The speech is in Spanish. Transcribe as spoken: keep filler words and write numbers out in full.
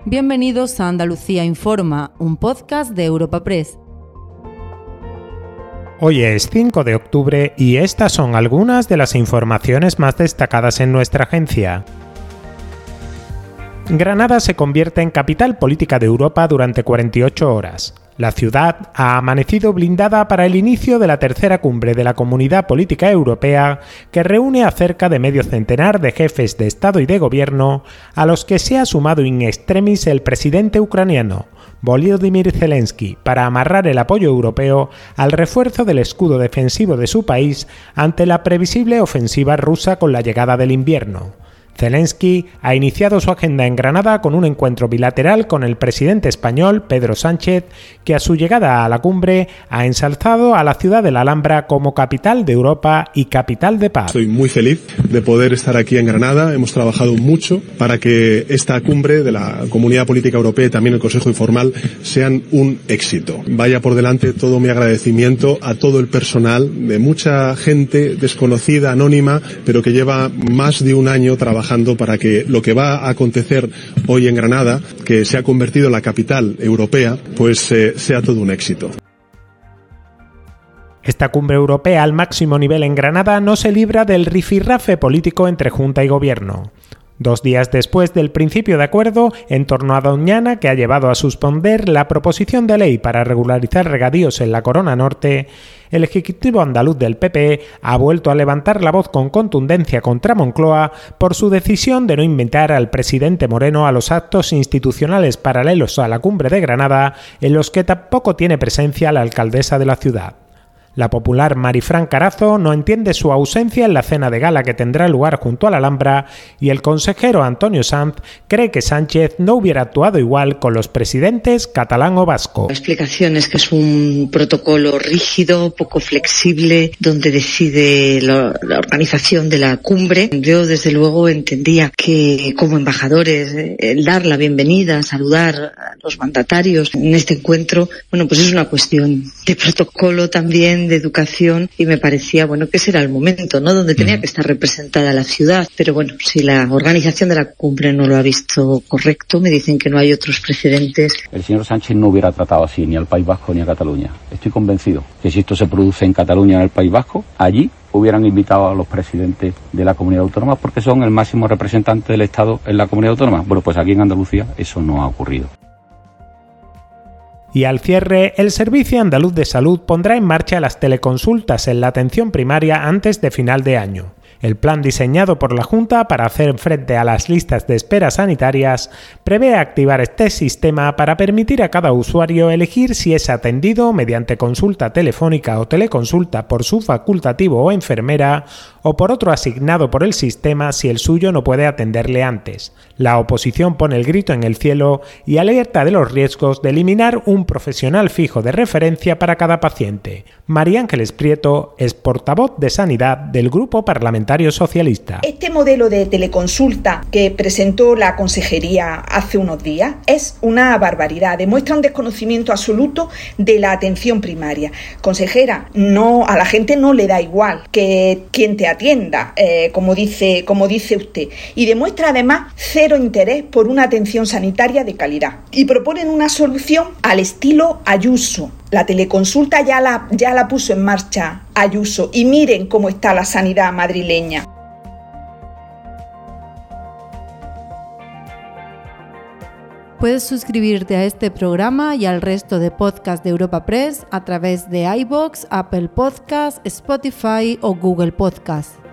Bienvenidos a Andalucía Informa, un podcast de Europa Press. Hoy es cinco de octubre y estas son algunas de las informaciones más destacadas en nuestra agencia. Granada se convierte en capital política de Europa durante cuarenta y ocho horas. La ciudad ha amanecido blindada para el inicio de la tercera cumbre de la Comunidad Política Europea, que reúne a cerca de medio centenar de jefes de Estado y de Gobierno, a los que se ha sumado in extremis el presidente ucraniano, Volodymyr Zelensky, para amarrar el apoyo europeo al refuerzo del escudo defensivo de su país ante la previsible ofensiva rusa con la llegada del invierno. Zelensky ha iniciado su agenda en Granada con un encuentro bilateral con el presidente español, Pedro Sánchez, que a su llegada a la cumbre ha ensalzado a la ciudad de la Alhambra como capital de Europa y capital de paz. Estoy muy feliz de poder estar aquí en Granada. Hemos trabajado mucho para que esta cumbre de la Comunidad Política Europea y también el Consejo Informal sean un éxito. Vaya por delante todo mi agradecimiento a todo el personal, de mucha gente desconocida, anónima, pero que lleva más de un año trabajando para que lo que va a acontecer hoy en Granada, que se ha convertido en la capital europea, pues eh, sea todo un éxito. Esta cumbre europea al máximo nivel en Granada no se libra del rifirrafe político entre Junta y Gobierno. Dos días después del principio de acuerdo en torno a Doñana, que ha llevado a suspender la proposición de ley para regularizar regadíos en la Corona Norte, el Ejecutivo andaluz del P P ha vuelto a levantar la voz con contundencia contra Moncloa por su decisión de no invitar al presidente Moreno a los actos institucionales paralelos a la cumbre de Granada, en los que tampoco tiene presencia la alcaldesa de la ciudad. La popular Marifran Carazo no entiende su ausencia en la cena de gala que tendrá lugar junto a la Alhambra y el consejero Antonio Sanz cree que Sánchez no hubiera actuado igual con los presidentes catalán o vasco. La explicación es que es un protocolo rígido, poco flexible, donde decide la, la organización de la cumbre. Yo desde luego entendía que como embajadores el dar la bienvenida, saludar a los mandatarios en este encuentro, bueno, pues es una cuestión de protocolo también, de educación, y me parecía, bueno, que ese era el momento, ¿no?, donde tenía que estar representada la ciudad. Pero bueno, si la organización de la cumbre no lo ha visto correcto, me dicen que no hay otros precedentes. El señor Sánchez no hubiera tratado así ni al País Vasco ni a Cataluña. Estoy convencido que si esto se produce en Cataluña, en el País Vasco, allí hubieran invitado a los presidentes de la comunidad autónoma porque son el máximo representante del Estado en la comunidad autónoma. Bueno, pues aquí en Andalucía eso no ha ocurrido. Y al cierre, el Servicio Andaluz de Salud pondrá en marcha las teleconsultas en la atención primaria antes de final de año. El plan diseñado por la Junta para hacer frente a las listas de espera sanitarias prevé activar este sistema para permitir a cada usuario elegir si es atendido mediante consulta telefónica o teleconsulta por su facultativo o enfermera o por otro asignado por el sistema si el suyo no puede atenderle antes. La oposición pone el grito en el cielo y alerta de los riesgos de eliminar un profesional fijo de referencia para cada paciente. María Ángeles Prieto es portavoz de Sanidad del Grupo Parlamentario Socialista. Este modelo de teleconsulta que presentó la Consejería hace unos días es una barbaridad, demuestra un desconocimiento absoluto de la atención primaria. Consejera, no, a la gente no le da igual que quien te atienda, eh, como dice, como dice usted, y demuestra además cero interés por una atención sanitaria de calidad. Y proponen una solución al estilo Ayuso. La teleconsulta ya la, ya la puso en marcha Ayuso y miren cómo está la sanidad madrileña. Puedes suscribirte a este programa y al resto de podcasts de Europa Press a través de iVoox, Apple Podcasts, Spotify o Google Podcasts.